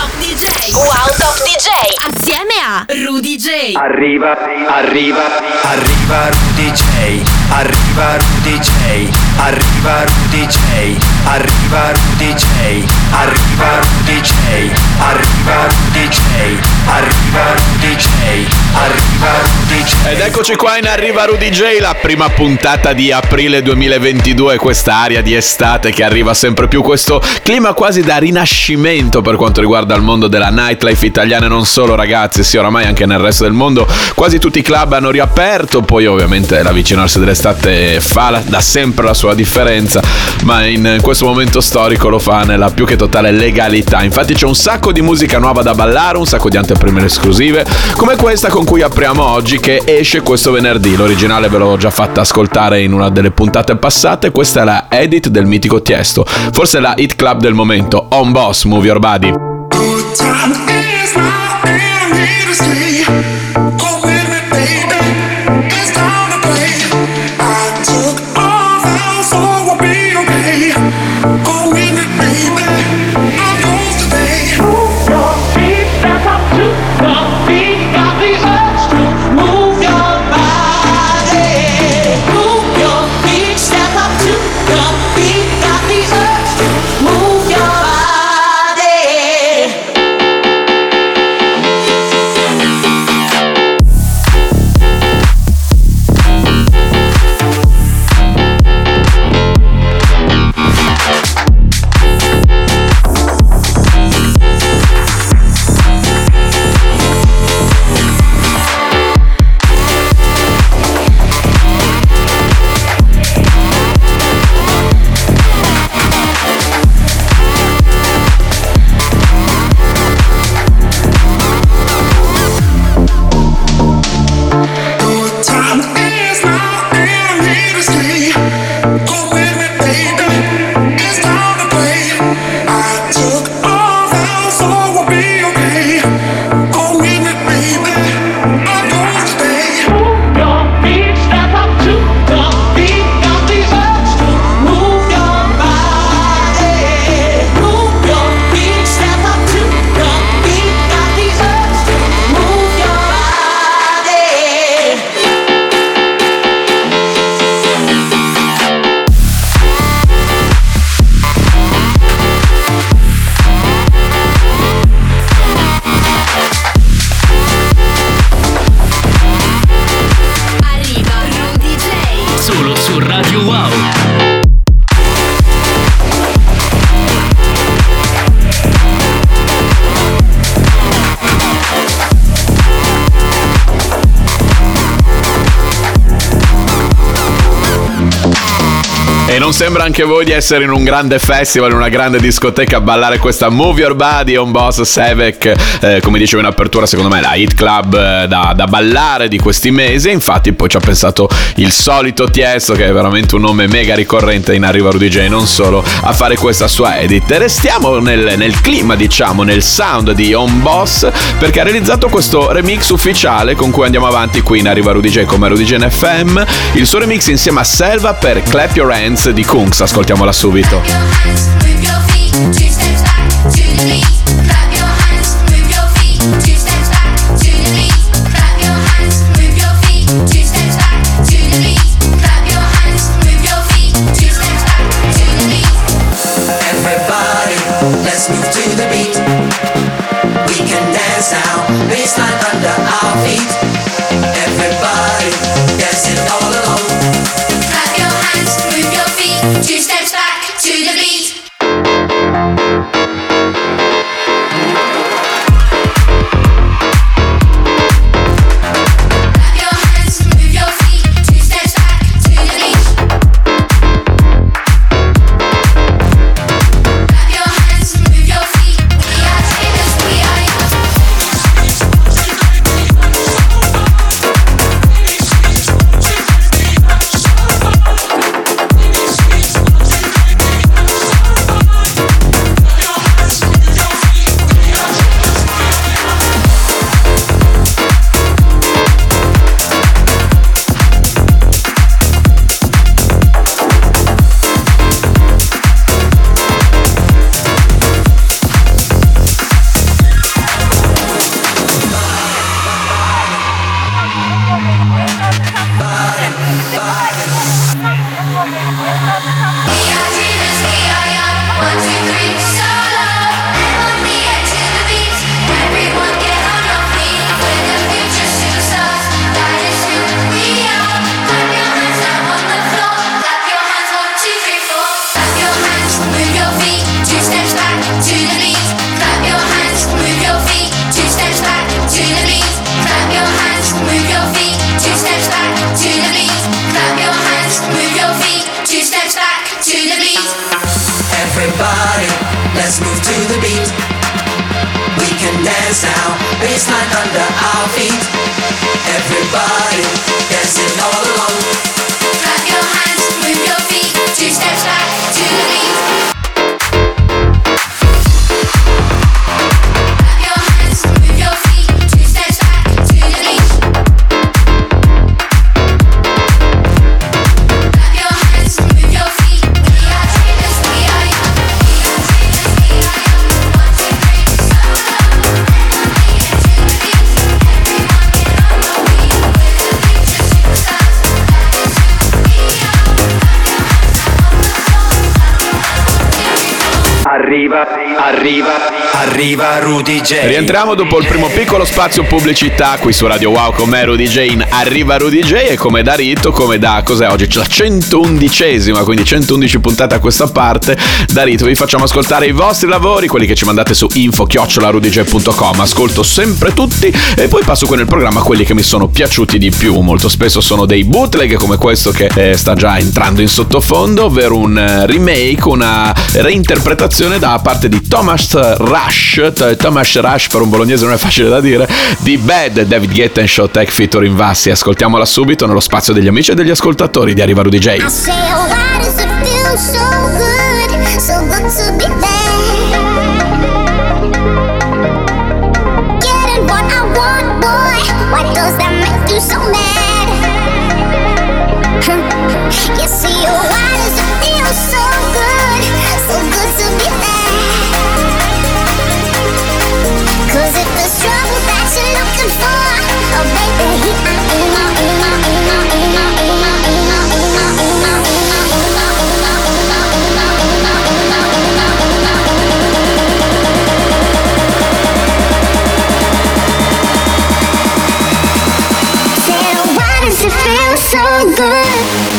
Top DJ. Wow Top DJ. Assieme a Rudy J. Arriva Rudy J. Arriva Rudy J. Arriva Rudy J. Arriva Rudy J. Arriva Rudy J. Arriva Rudy J. Arriva Rudy J. Arriva Rudy J. Ed eccoci qua in Arriva Rudy J, la prima puntata di aprile 2022, questa aria di estate che arriva sempre più, questo clima quasi da rinascimento per quanto riguarda il mondo della nightlife italiana e non solo, ragazzi. Sì, oramai anche nel resto del mondo quasi tutti i club hanno riaperto, poi ovviamente l'avvicinarsi dell'estate fa da sempre la sua differenza, ma in questo momento storico lo fa nella più che totale legalità. Infatti c'è un sacco di musica nuova da ballare, un sacco di anteprime esclusive, come questa con cui apriamo oggi, che esce questo venerdì. L'originale ve l'ho già fatta ascoltare in una delle puntate passate. Questa è la edit del mitico Tiesto, forse la hit club del momento, On Boss, Move Your Body. Non sembra anche voi di essere in un grande festival, in una grande discoteca a ballare questa Move Your Body, On Boss, Sevek, come dicevo in apertura, secondo me la hit club da ballare di questi mesi. Infatti poi ci ha pensato il solito Tiesto, che è veramente un nome mega ricorrente in Arriva Rudy J, non solo, a fare questa sua edit. Restiamo nel clima, diciamo, nel sound di On Boss, perché ha realizzato questo remix ufficiale con cui andiamo avanti qui in Arriva Rudy J come Rudy J FM. Il suo remix insieme a Selva per Clap Your Hands di Kungs, ascoltiamola subito. Two steps back to the beat. baseline under our feet. Everybody dancing all along. Clap your hands, move your feet, 2 steps back to the beat. Clap your hands, move your feet, 2 steps back to the beat. Clap your hands, move your feet. We are dreamers, we are young. We are dreamers, we are young. 1, 2, 3, solo. Arriva Rudy J. Rientriamo dopo il primo piccolo spazio pubblicità qui su Radio Wow con me Rudy J in Arriva Rudy J, e come da rito, come da cos'è oggi? C'è la 111esima, quindi 111 puntate a questa parte. Da rito vi facciamo ascoltare i vostri lavori, quelli che ci mandate su info@rudyj.com. Ascolto sempre tutti e poi passo qui nel programma quelli che mi sono piaciuti di più. Molto spesso sono dei bootleg come questo che sta già entrando in sottofondo, ovvero un remake, una reinterpretazione da parte di Thomas Rush, per un bolognese non è facile da dire, di Bad, David Guetta e Showtek featuring Vassi. Ascoltiamola subito nello spazio degli amici e degli ascoltatori di Arriva Rudy J. I say, oh, why does it feel so good to be there? Getting what I want, boy, why does that make you so mad? You see, oh, why does it feel so good to be there? 'Cause if there's trouble that you're looking for, oh baby, why does it feel so good?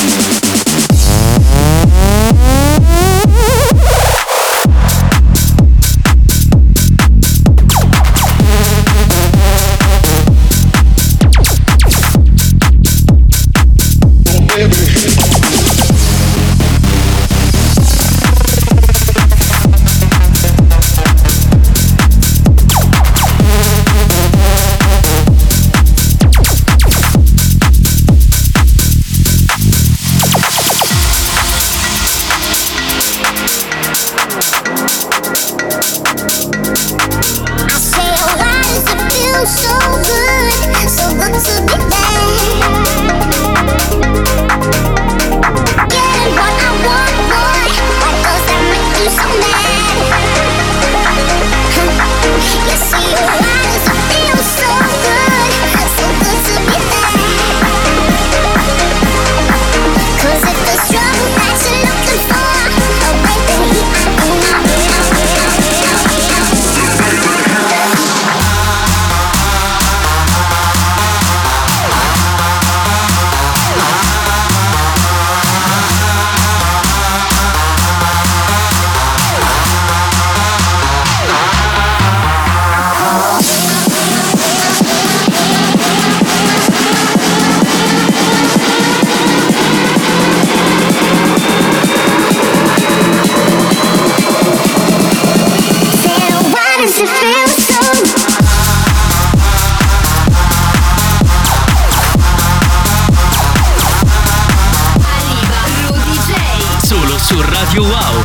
Su Radio Wow.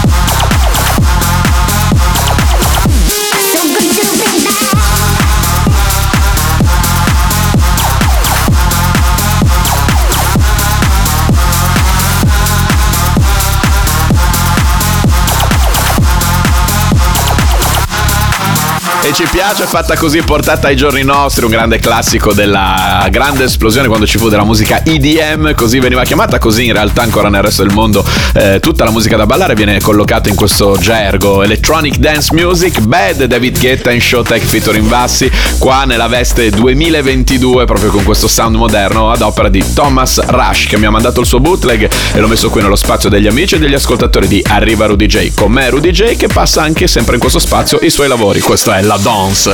E ci piace, fatta così, portata ai giorni nostri, un grande classico della grande esplosione quando ci fu della musica EDM, così veniva chiamata, così in realtà ancora nel resto del mondo tutta la musica da ballare viene collocata in questo gergo, electronic dance music. Bad, David Guetta e Showtek featuring Vassi, qua nella veste 2022, proprio con questo sound moderno ad opera di Thomas Rush, che mi ha mandato il suo bootleg e l'ho messo qui nello spazio degli amici e degli ascoltatori di Arriva Rudy J, con me Rudy J, che passa anche sempre in questo spazio i suoi lavori. Questo è la Dance.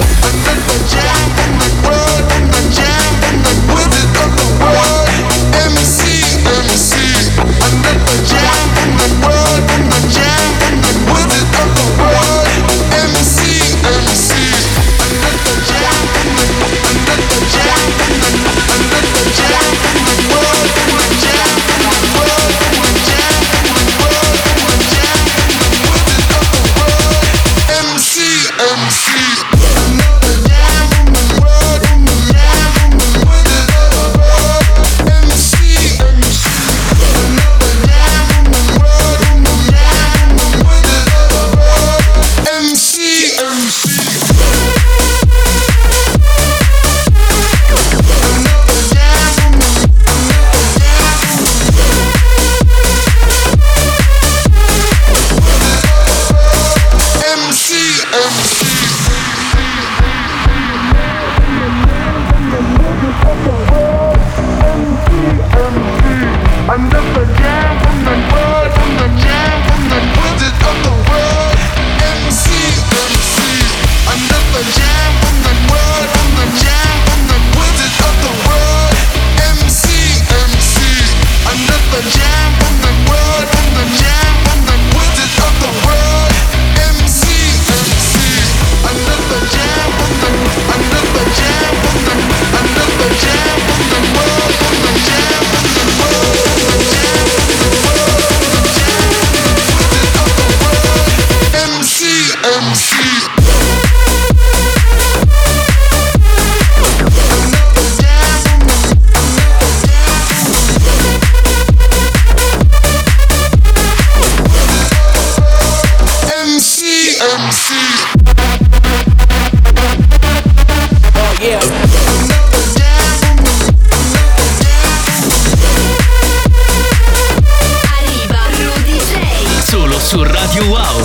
Arriva Rudy J. Solo su Radio Wow.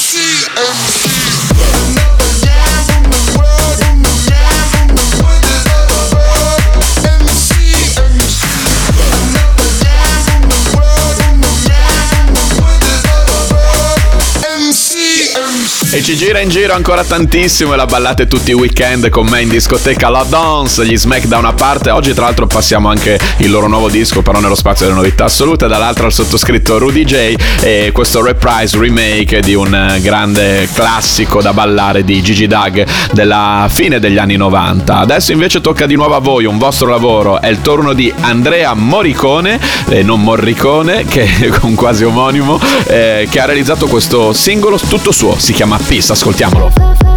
E ci gira in giro ancora tantissimo e la ballate tutti i weekend con me in discoteca. La Dance, gli Smack da una parte. Oggi tra l'altro passiamo anche il loro nuovo disco, però nello spazio delle novità assolute. Dall'altra il sottoscritto Rudy J e questo reprise remake di un grande classico da ballare di Gigi Doug della fine degli anni 90. Adesso invece tocca di nuovo a voi, un vostro lavoro. È il turno di Andrea Morricone, non Morricone, che è un quasi omonimo, che ha realizzato questo singolo tutto suo. Si chiama Peace, ascoltiamolo.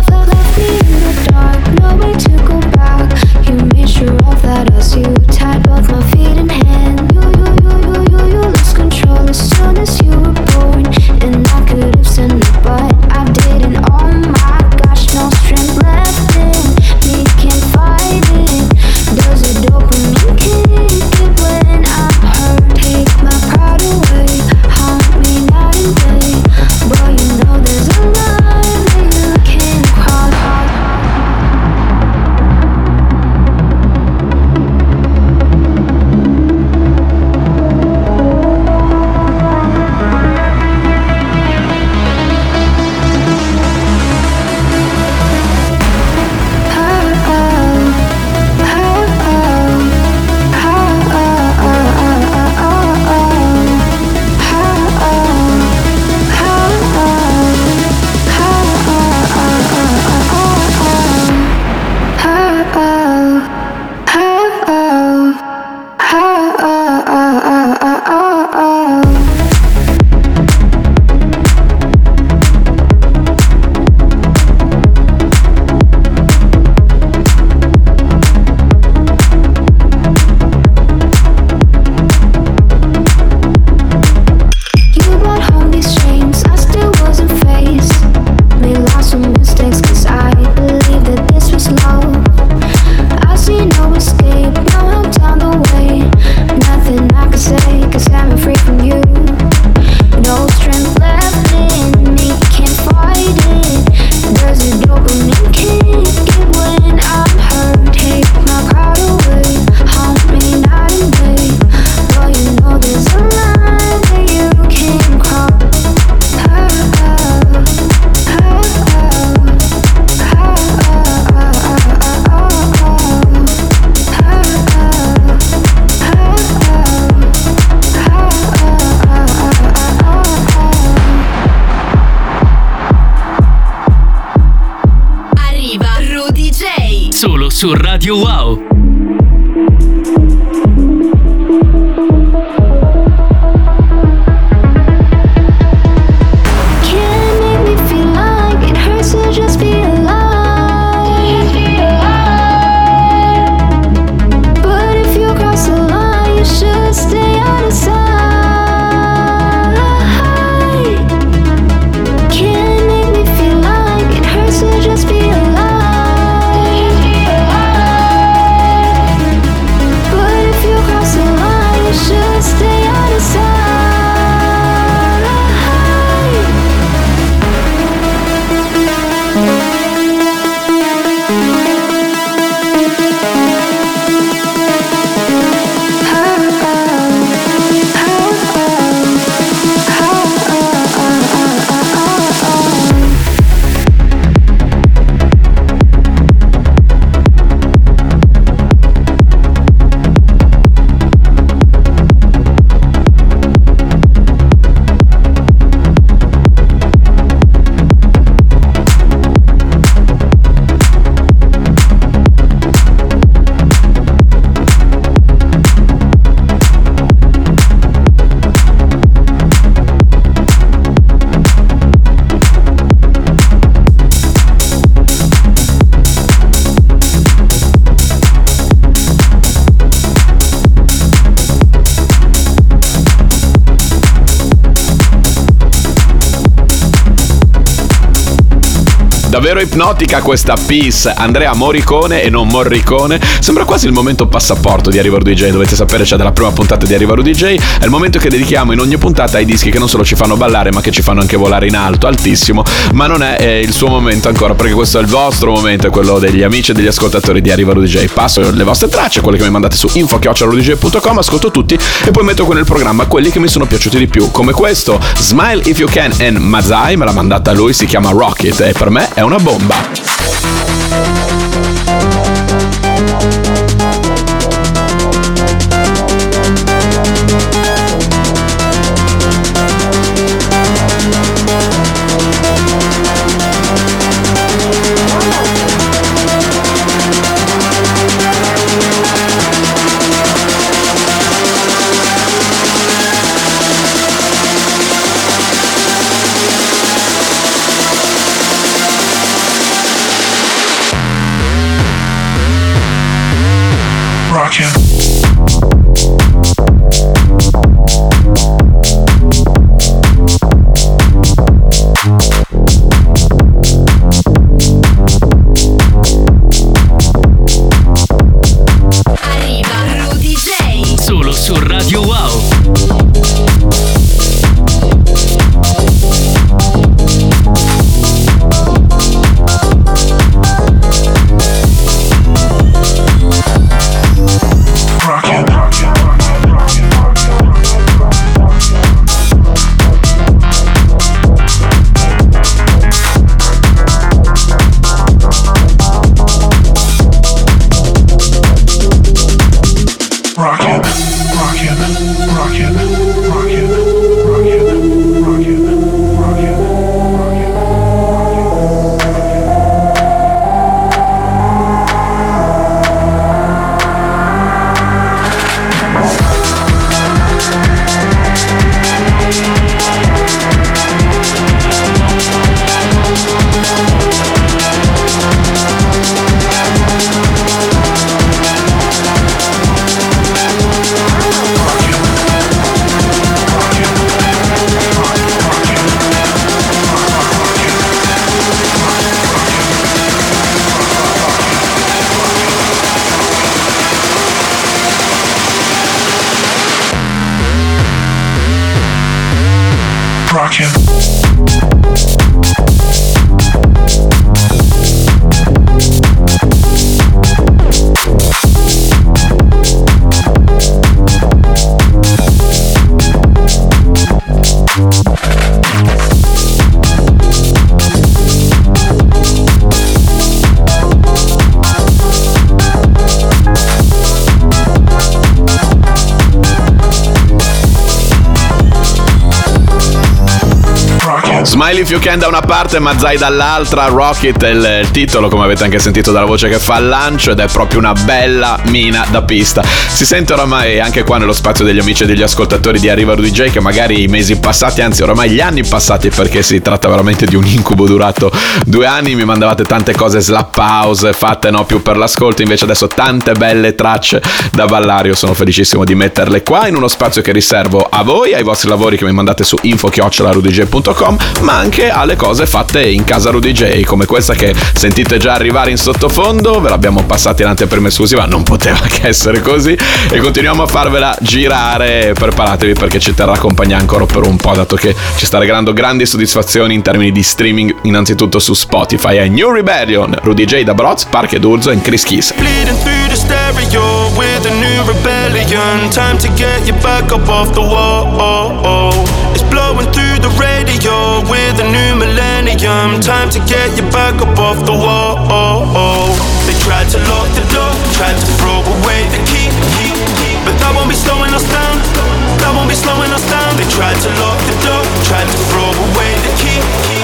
Solo su Radio Wow. Davvero ipnotica questa Peace, Andrea Morricone e non Morricone. Sembra quasi il momento passaporto di Arriva Rudy J. Dovete sapere, c'è dalla prima puntata di Arriva Rudy J. È il momento che dedichiamo in ogni puntata ai dischi che non solo ci fanno ballare ma che ci fanno anche volare in alto, altissimo. Ma non è il suo momento ancora, perché questo è il vostro momento, è quello degli amici e degli ascoltatori di Arriva Rudy J. Passo le vostre tracce, quelle che mi mandate su info@rudyj.com, ascolto tutti e poi metto qui nel programma quelli che mi sono piaciuti di più, come questo Smile If You Can and Mazai, me l'ha mandata lui, si chiama Rocket e per me è una bomba. Solo su Radio Wow. Smile If You Can da una parte, Mazai dall'altra. Rocket è il titolo, come avete anche sentito dalla voce che fa il lancio, ed è proprio una bella mina da pista. Si sente oramai anche qua nello spazio degli amici e degli ascoltatori di Arriva Rudy J che magari i mesi passati, anzi oramai gli anni passati, perché si tratta veramente di un incubo durato 2 anni, mi mandavate tante cose slap house fatte più per l'ascolto, invece adesso tante belle tracce da ballare. Io sono felicissimo di metterle qua in uno spazio che riservo a voi, ai vostri lavori che mi mandate su info@rudyj.com, ma anche alle cose fatte in casa Rudy J, come questa che sentite già arrivare in sottofondo. Ve l'abbiamo passata in anteprima esclusiva, non poteva che essere così, e continuiamo a farvela girare. Preparatevi perché ci terrà compagnia ancora per un po', dato che ci sta regalando grandi soddisfazioni in termini di streaming, innanzitutto su Spotify. È New Rebellion, Rudy J da Broz, Park ed Urzo e Chris Keys. Bleeding through the stereo with a new rebellion. Time to get you back up off the wall. It's blowing through the radio with a new millennium. Time to get you back up off the wall. They tried to lock the door, tried to throw away the key, but that won't be slowing us down. That won't be slowing us down. They tried to lock the door, tried to throw away the key,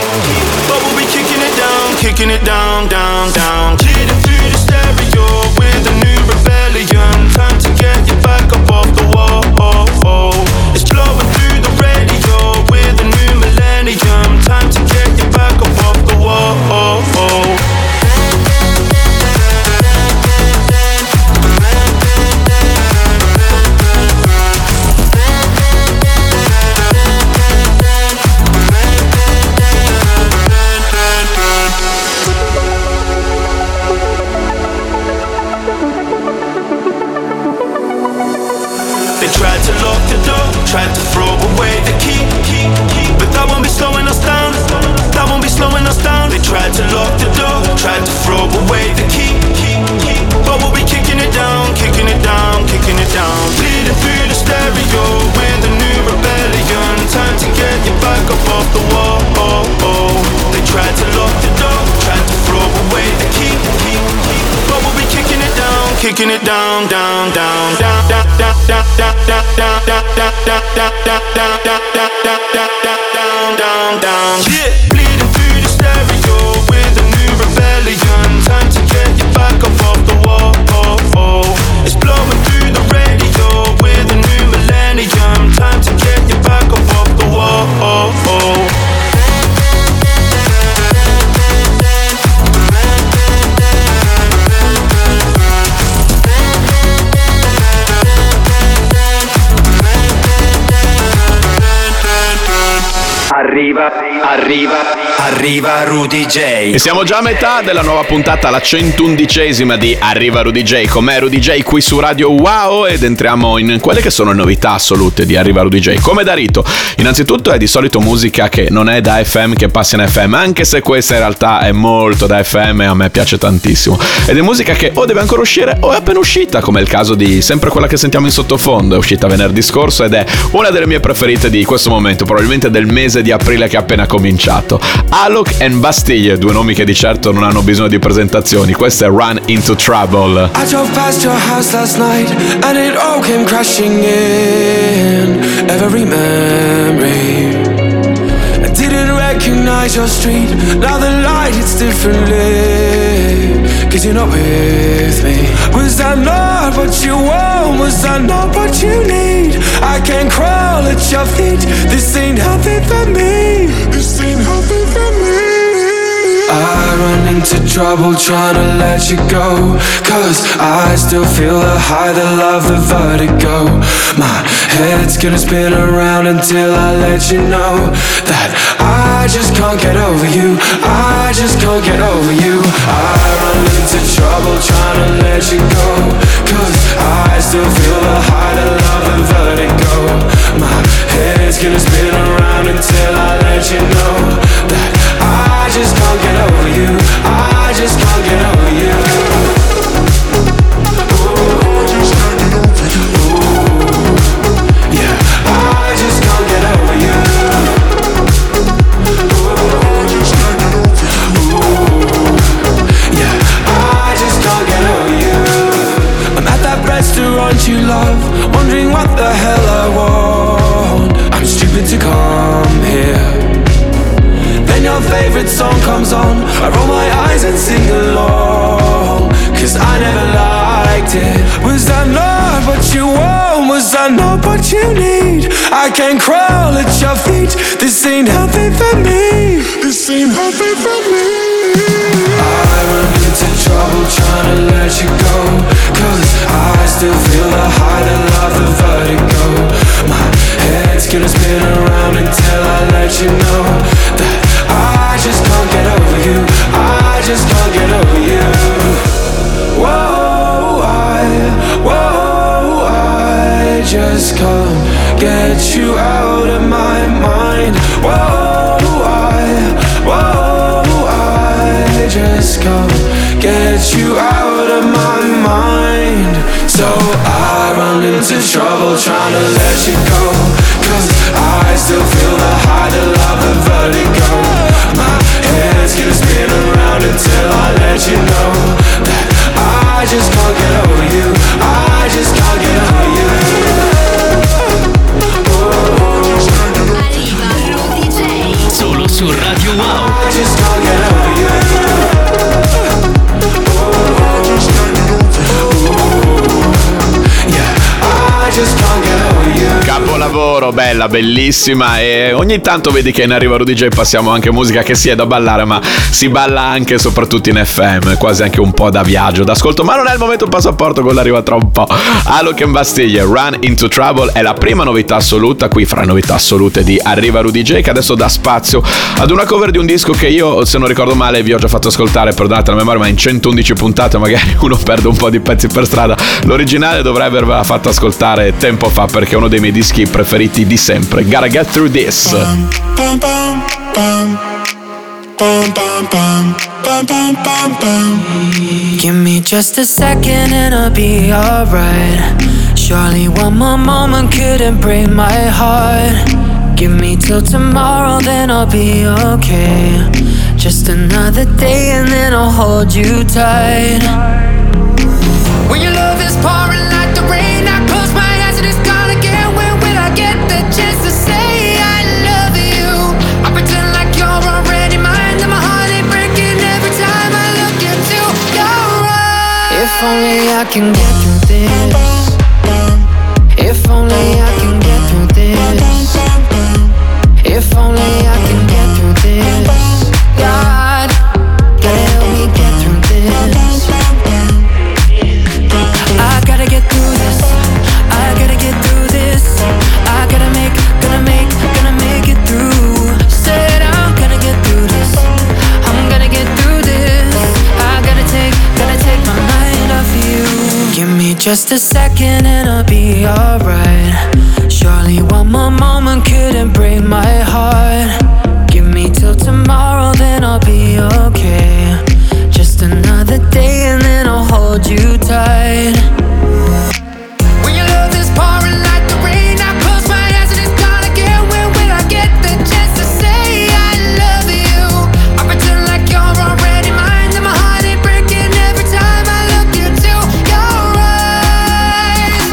but we'll be kicking it down, down, down. Bleeding through the stereo with a new rebellion. Time to get you back up off the wall. It's blowing through the radio with a new millennium. Time to get you back up off the wall. They tried to lock the door, tried to throw away the key. But that won't be slowing us down. That won't be slowing us down. They tried to lock the door, tried to throw away the key. But we'll be kicking it down, kicking it down, kicking it down. Bleeding through the stereo with a new rebellion. Time to get you back up off the wall. They tried to lock the door, tried to throw away the key. But we'll be kicking it down, kicking it down, down, down, down, down, down, down, down, down, down, down, down, down, down, down, down, down. Yeah, bleeding through the stereo with a new rebellion. Time to get you back up off the wall. It's blowing through the radio with a new millennium. Time to get you back up off the wall. Arriva Rudy J. E siamo già a metà della nuova puntata, la 111esima di Arriva Rudy J. Con me Rudy J qui su Radio Wow, ed entriamo in quelle che sono le novità assolute di Arriva Rudy J. Come da rito, innanzitutto è di solito musica che non è da FM, che passa in FM, anche se questa in realtà è molto da FM e a me piace tantissimo. Ed è musica che o deve ancora uscire o è appena uscita, come è il caso di sempre quella che sentiamo in sottofondo. È uscita venerdì scorso ed è una delle mie preferite di questo momento, probabilmente del mese di aprile che è appena cominciato. Alok and Bastille, due nomi che di certo non hanno bisogno di presentazioni. Questo è Run Into Trouble. I drove past your house last night and it all came crashing in. Every memory, I didn't recognize your street. Now the light hits differently, 'cause you're not with me. Was I not what you want? Was I not what you need? I can crawl at your feet. This ain't healthy for me. This ain't healthy for me. I run into trouble trying to let you go, 'cause I still feel the high, the love, the vertigo. My head's gonna spin around until I let you know that I just can't get over you. I just can't get over you. I run into trouble trying to let you go, 'cause I still feel the high, the love, the vertigo. My head's gonna spin around until I let you know that I just can't get over you. I just can't get over you. Yeah, I just can't get over you. Yeah, I just can't get over you. I'm at that restaurant you love, wondering what the hell I want. I'm stupid to come here. Then your favorite song comes on, I roll my eyes and sing along, 'cause I never liked it. Was I not what you want? Was I not what you need? I can crawl at your feet. This ain't healthy for me. This ain't healthy for me. I run into trouble trying to let you go, 'cause I still feel the high, the love, the vertigo. My head's gonna spin around until I let you know that I just can't get over you. I just can't get over you. I just can't get you out of my mind. I just can't get you out of my mind. So I run into trouble trying to let you go, 'cause I still feel the high, the love, the vertigo. My head's gonna spin around until I let you know that I just can't get over you. I just can't get over you. Arriva Rudy J. Solo su Radio Wow. I just can't get over you. Yeah, I just can't get over you. Capolavoro, bella, bellissima, e ogni tanto vedi che in Arriva Rudy J passiamo anche musica che sì è da ballare, ma si balla anche e soprattutto in FM, quasi anche un po' da viaggio, d'ascolto, ma non è il momento passaporto, quello arriva tra un po'. Alok and Bastille, Run Into Trouble è la prima novità assoluta qui fra novità assolute di Arriva Rudy J, che adesso dà spazio ad una cover di un disco che io, se non ricordo male, vi ho già fatto ascoltare, perdonate la memoria, ma in 111 puntate magari uno perde un po' di pezzi per strada. L'originale dovrei avervela fatta ascoltare tempo fa perché è uno dei miei dischi preferiti di sempre. Gotta Get Through This. Give me just a second and I'll be alright. Surely one more moment couldn't break my heart. Give me till tomorrow, then I'll be okay. Just another day and then I'll hold you tight. When your love is pouring like the rain, I close my eyes and it's gone again. When will I get the chance to say I love you? I pretend like you're already mine, and my heart ain't breaking every time I look into your eyes. If only I can get through this. If only I can get through this. If only I can get through this. God, gotta help me get through this. I gotta get through this. I gotta get through this. I gonna make it through. Said I'm gonna get through this. I'm gonna get through this. I gotta take my mind off you. Give me just a second and I'll be alright. Surely one more moment couldn't break my heart. Give me till tomorrow, then I'll be okay. Just another day and then I'll hold you tight. When your love is pouring like the rain, I close my eyes and it's gone again. When will I get the chance to say I love you? I pretend like you're already mine, and my heart ain't breaking every time I look into your eyes.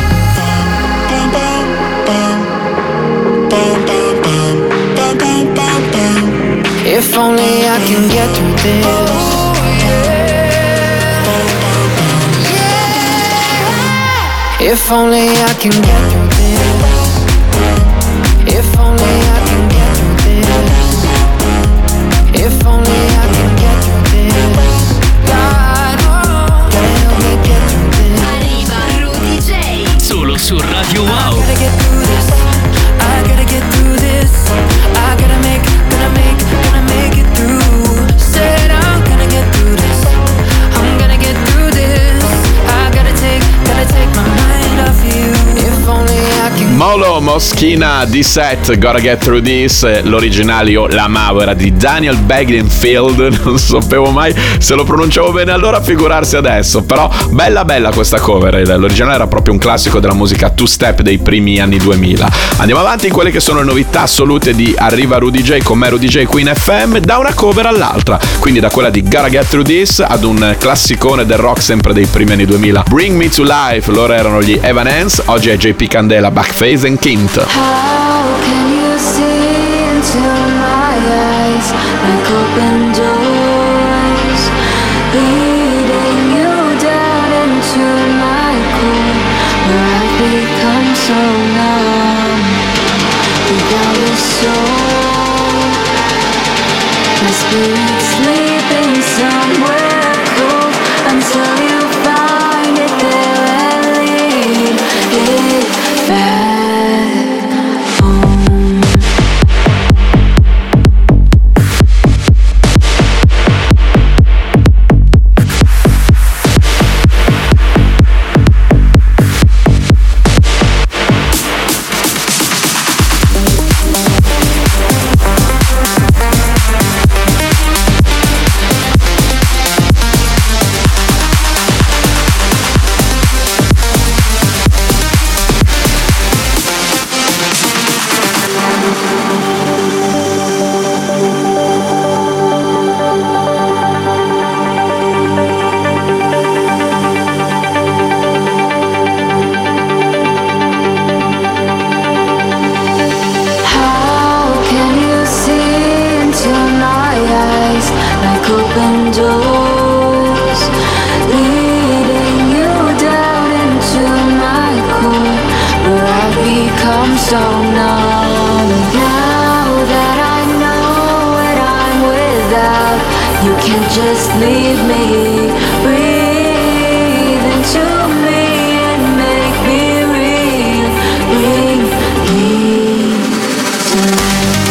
If only I can get through this. If only I can get through this. If only I can get through this. If only I can get through this. God, gotta help me get through this. Arriva Rudy J. Solo su Radio Wow. I gotta get through this. I gotta get through this. I gotta make it through. Said I'm gonna get through this. I'm gonna get through this. I gotta take my mind off you. If only I can. Molo Moschina di set, Gotta Get Through This. L'originale io l'amavo, era di Daniel Bedingfield, non sapevo mai se lo pronunciavo bene allora, figurarsi adesso. Però bella questa cover, l'originale era proprio un classico della musica two step dei primi anni 2000. Andiamo avanti in quelle che sono le novità assolute di Arriva Rudy J con me Rudy J qui in FM, da una cover all'altra, quindi da quella di Gotta Get Through This ad un classicone del rock sempre dei primi anni 2000, Bring Me To Life. Loro erano gli Evanescence, oggi è JP Candela, Backface and Kint. How can you see into my eyes like open doors, leading you down into my core, where I've become so numb without a soul. My spirit's sleeping somewhere cold until you find it there and lead it back home. become so numb. Now that I know what I'm without, you can't just leave me. Breathe into me and make me real. Bring me to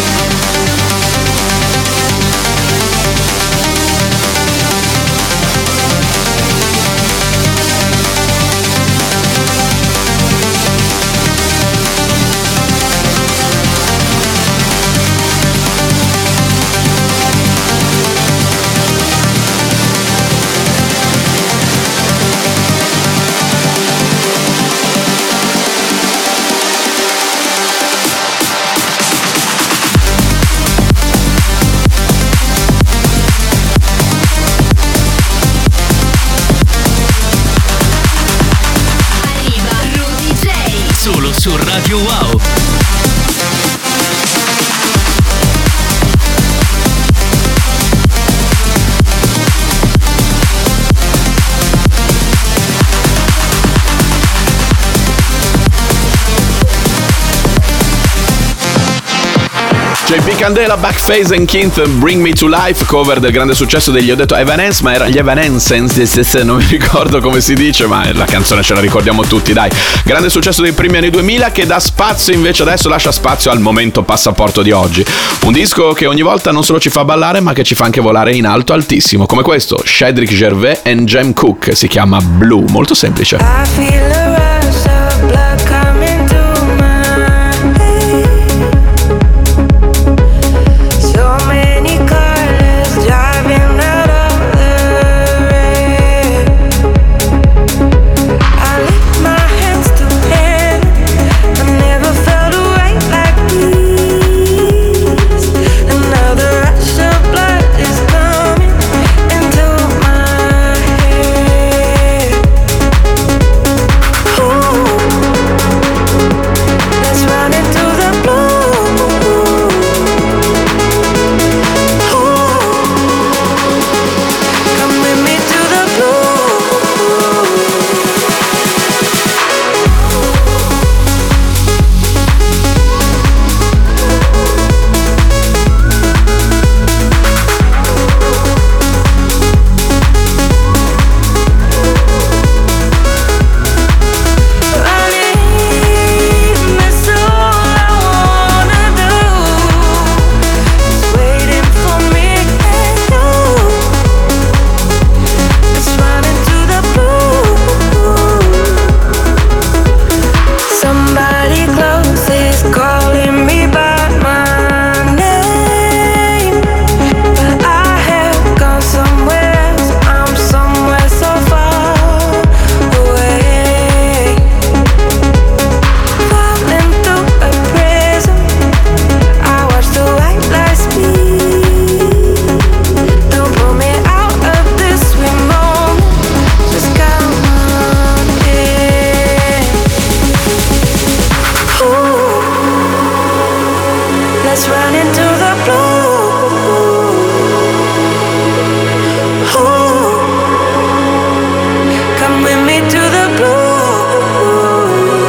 Su Radio Wow. JP Candela, Backface and Kinth, Bring Me to Life, cover del grande successo degli, ho detto Evanescence, ma era gli Evanescence, non mi ricordo come si dice, ma la canzone ce la ricordiamo tutti, dai. Grande successo dei primi anni 2000 che dà spazio invece adesso, lascia spazio al momento passaporto di oggi. Un disco che ogni volta non solo ci fa ballare, ma che ci fa anche volare in alto altissimo, come questo, Cedric Gervais and Jem Cooke, si chiama Blue, molto semplice. I feel a rush of blood coming to my head. So many colors driving out of the red. I lift my hands to heaven. I never felt a weight like this. Another rush of blood is coming into my head. Ooh. Let's run into the blue. Ooh. Come with me to the blue. Running, that's all I wanna do. It's waiting for me and you. Let's run into the blue. Somebody close is calling me by my name, but I have gone somewhere else. I'm somewhere so far away. Falling through a prism, I watch the white lights speed. Don't pull me out of this sweet moment, just come on in. Ooh, let's run into the blue. Ooh, come with me to the blue.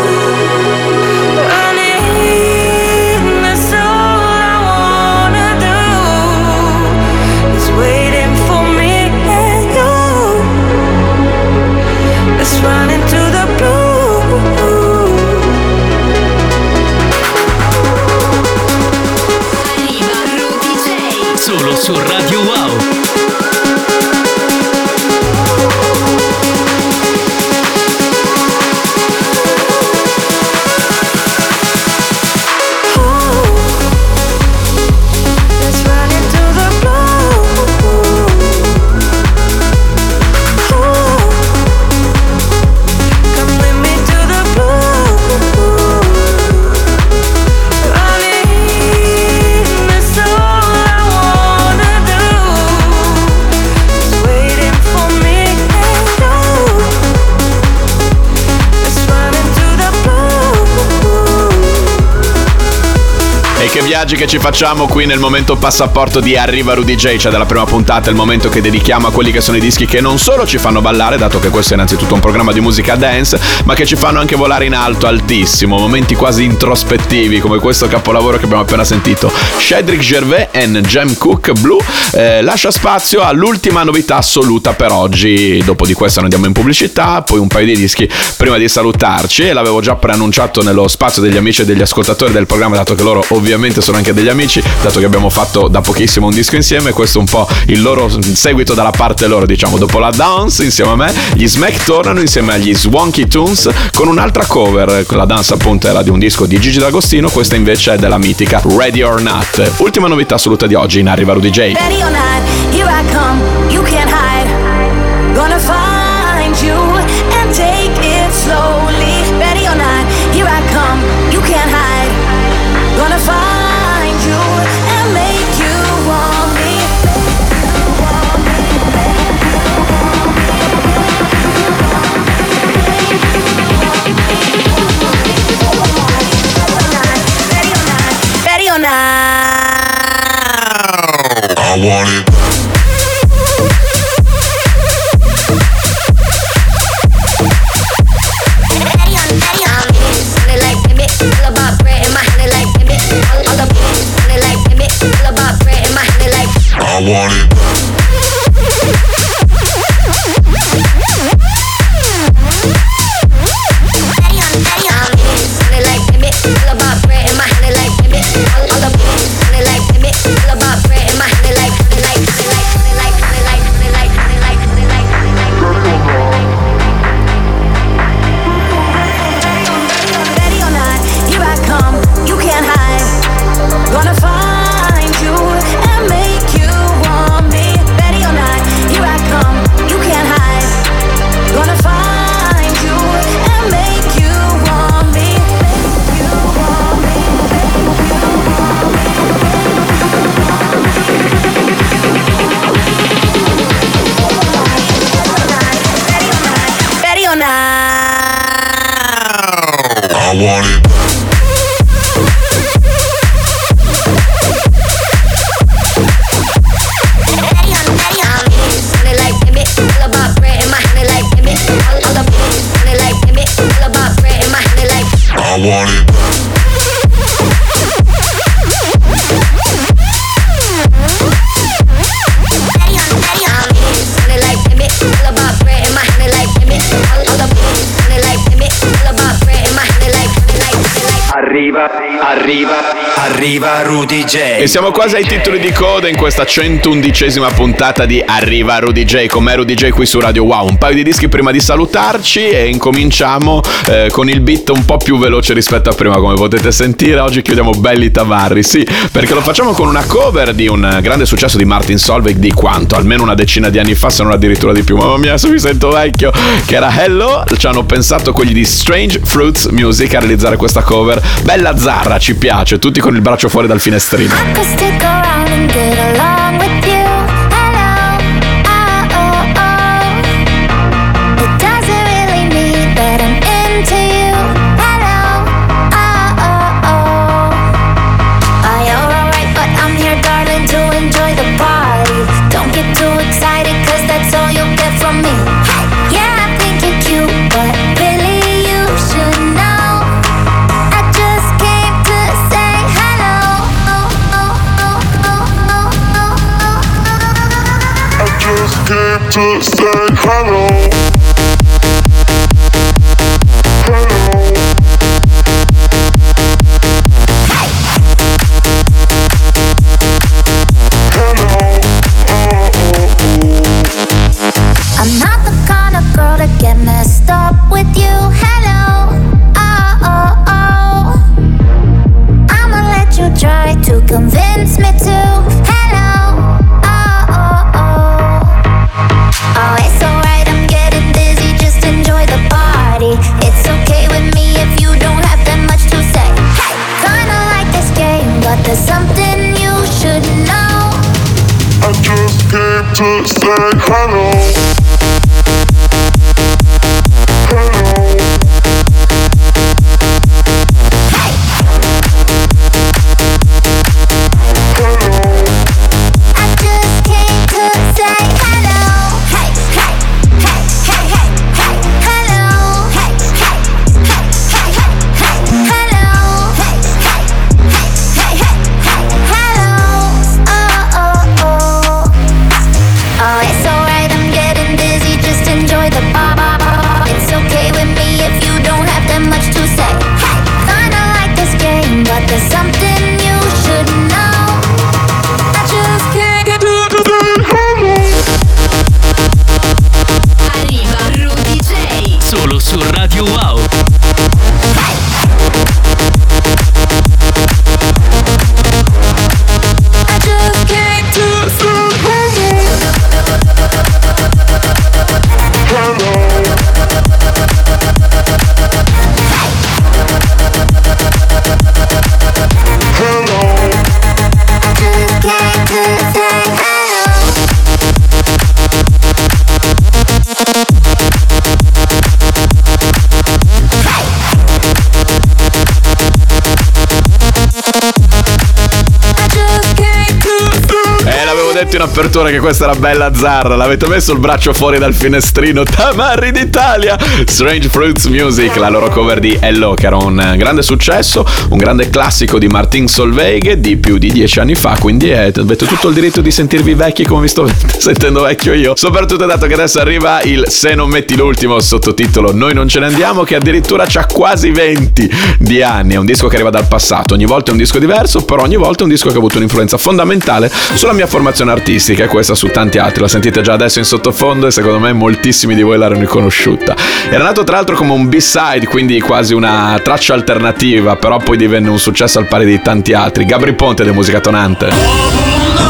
Running, that's all I wanna do. It's waiting for me and you. Let's run into the blue. Solo su Radio Wow. Let's run into the blue. Come with me to the blue. Running, that's all I wanna do. viaggi che ci facciamo qui nel momento passaporto di Arriva Rudy J, cioè dalla prima puntata, il momento che dedichiamo a quelli che sono i dischi che non solo ci fanno ballare, dato che questo è innanzitutto un programma di musica dance, ma che ci fanno anche volare in alto, altissimo, momenti quasi introspettivi come questo capolavoro che abbiamo appena sentito. Cedric Gervais and Jam Cook, Blue, lascia spazio all'ultima novità assoluta per oggi. Dopo di questo andiamo in pubblicità, poi un paio di dischi prima di salutarci, e l'avevo già preannunciato nello spazio degli amici e degli ascoltatori del programma, dato che loro ovviamente sono anche degli amici, dato che abbiamo fatto da pochissimo un disco insieme. Questo è un po' il loro seguito dalla parte loro, diciamo. Dopo la Dance insieme a me, gli Smack tornano insieme agli Swanky Tunes con un'altra cover. La Dance appunto era di un disco di Gigi D'Agostino, questa invece è della mitica Ready or Not. Ultima novità assoluta di oggi in Arriva Rudy J. Ready or not, here I come, you can't hide. Gonna find you and take it slowly. Ready or not, here I come, you can't hide. Gonna find you and make you want me. Ready or not. I want it. I want it. I want it. I want it. Arriva Rudy J. E siamo quasi ai titoli di coda in questa 111esima puntata di Arriva Rudy J. Con me Rudy J qui su Radio Wow. Un paio di dischi prima di salutarci e incominciamo con il beat un po' più veloce rispetto a prima, come potete sentire. Oggi chiudiamo belli tavarri, sì, perché lo facciamo con una cover di un grande successo di Martin Solveig di quanto? Almeno una decina di anni fa, se non addirittura di più. Mamma mia, se mi sento vecchio. Che era Hello. Ci hanno pensato quelli di Strange Fruits Music a realizzare questa cover. Bella zarra, ci piace, tutti con il braccio fuori dal finestrino. I could stick around and get along with you. Hello, oh, oh, oh. It doesn't really mean that I'm into you. Hello, oh, oh, oh. Oh, you're alright, but I'm here, darling, to enjoy the party. Don't get too excited, cause that's all you'll get from me. Hey, yeah, I think you're cute, but really you should know. I just came to say hello. I just came to say hello. Hello. I'm not the kind of girl to get messed up with you. Hello, oh, oh, oh. I'ma let you try to convince me to. Hello, oh, oh, oh. Oh, it's alright, I'm getting detto in apertura che questa era bella zarra. L'avete messo il braccio fuori dal finestrino. Tamarri d'Italia, Strange Fruits Music, la loro cover di Hello, che era un grande successo, un grande classico di Martin Solveig di più di 10 anni fa. Quindi avete tutto il diritto di sentirvi vecchi come mi sto sentendo vecchio io. Soprattutto dato che adesso arriva il Se non metti l'ultimo, sottotitolo Noi non ce ne andiamo, che addirittura c'ha quasi 20 di anni. È un disco che arriva dal passato, ogni volta è un disco diverso, però ogni volta è un disco che ha avuto un'influenza fondamentale sulla mia formazione artistica e questa su tanti altri. La sentite già adesso in sottofondo e secondo me moltissimi di voi l'hanno riconosciuta. Era nato tra l'altro come un B-side, quindi quasi una traccia alternativa, però poi divenne un successo al pari di tanti altri. Gabri Ponte di Musica Tonante.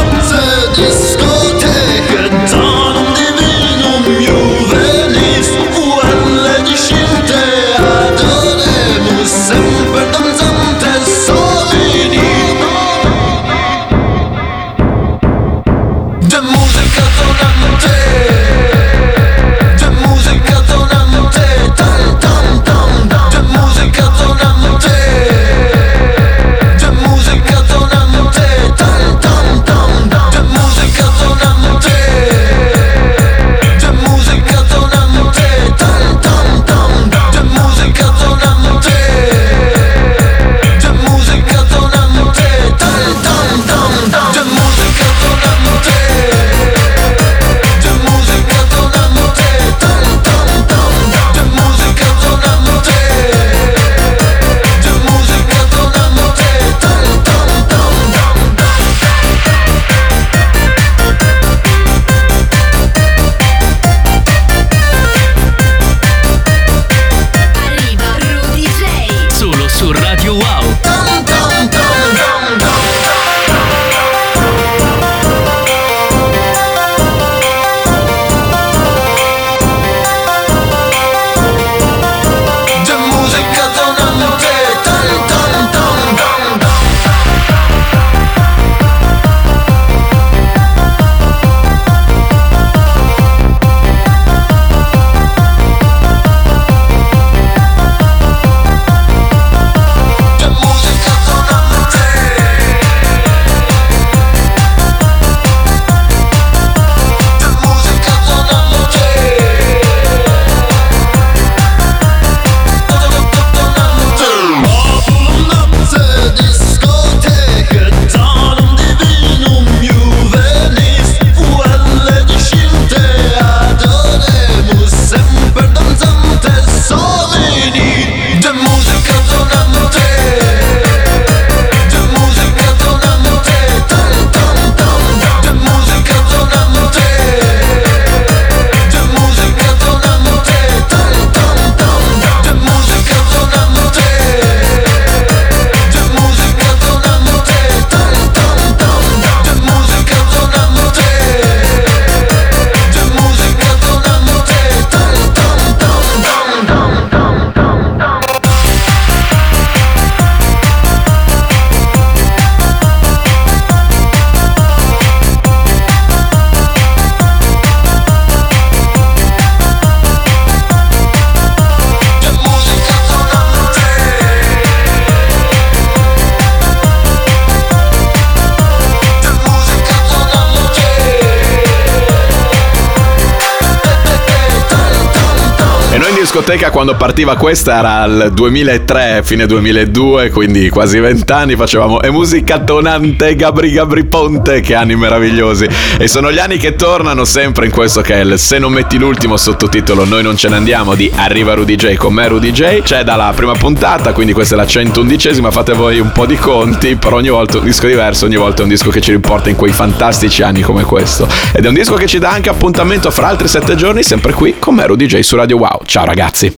discoteca quando partiva questa era il 2003, fine 2002, quindi quasi 20 anni. Facevamo E musica tonante, Gabri Ponte, che anni meravigliosi. E sono gli anni che tornano sempre in questo che è il Se non metti l'ultimo, sottotitolo Noi non ce ne andiamo di Arriva Rudy J con me Rudy J. C'è dalla prima puntata, quindi questa è la 111esima, fate voi un po' di conti, per ogni volta un disco diverso, ogni volta è un disco che ci riporta in quei fantastici anni come questo. Ed è un disco che ci dà anche appuntamento fra altri 7 giorni, sempre qui con me Rudy J su Radio Wow. Ciao ragazzi.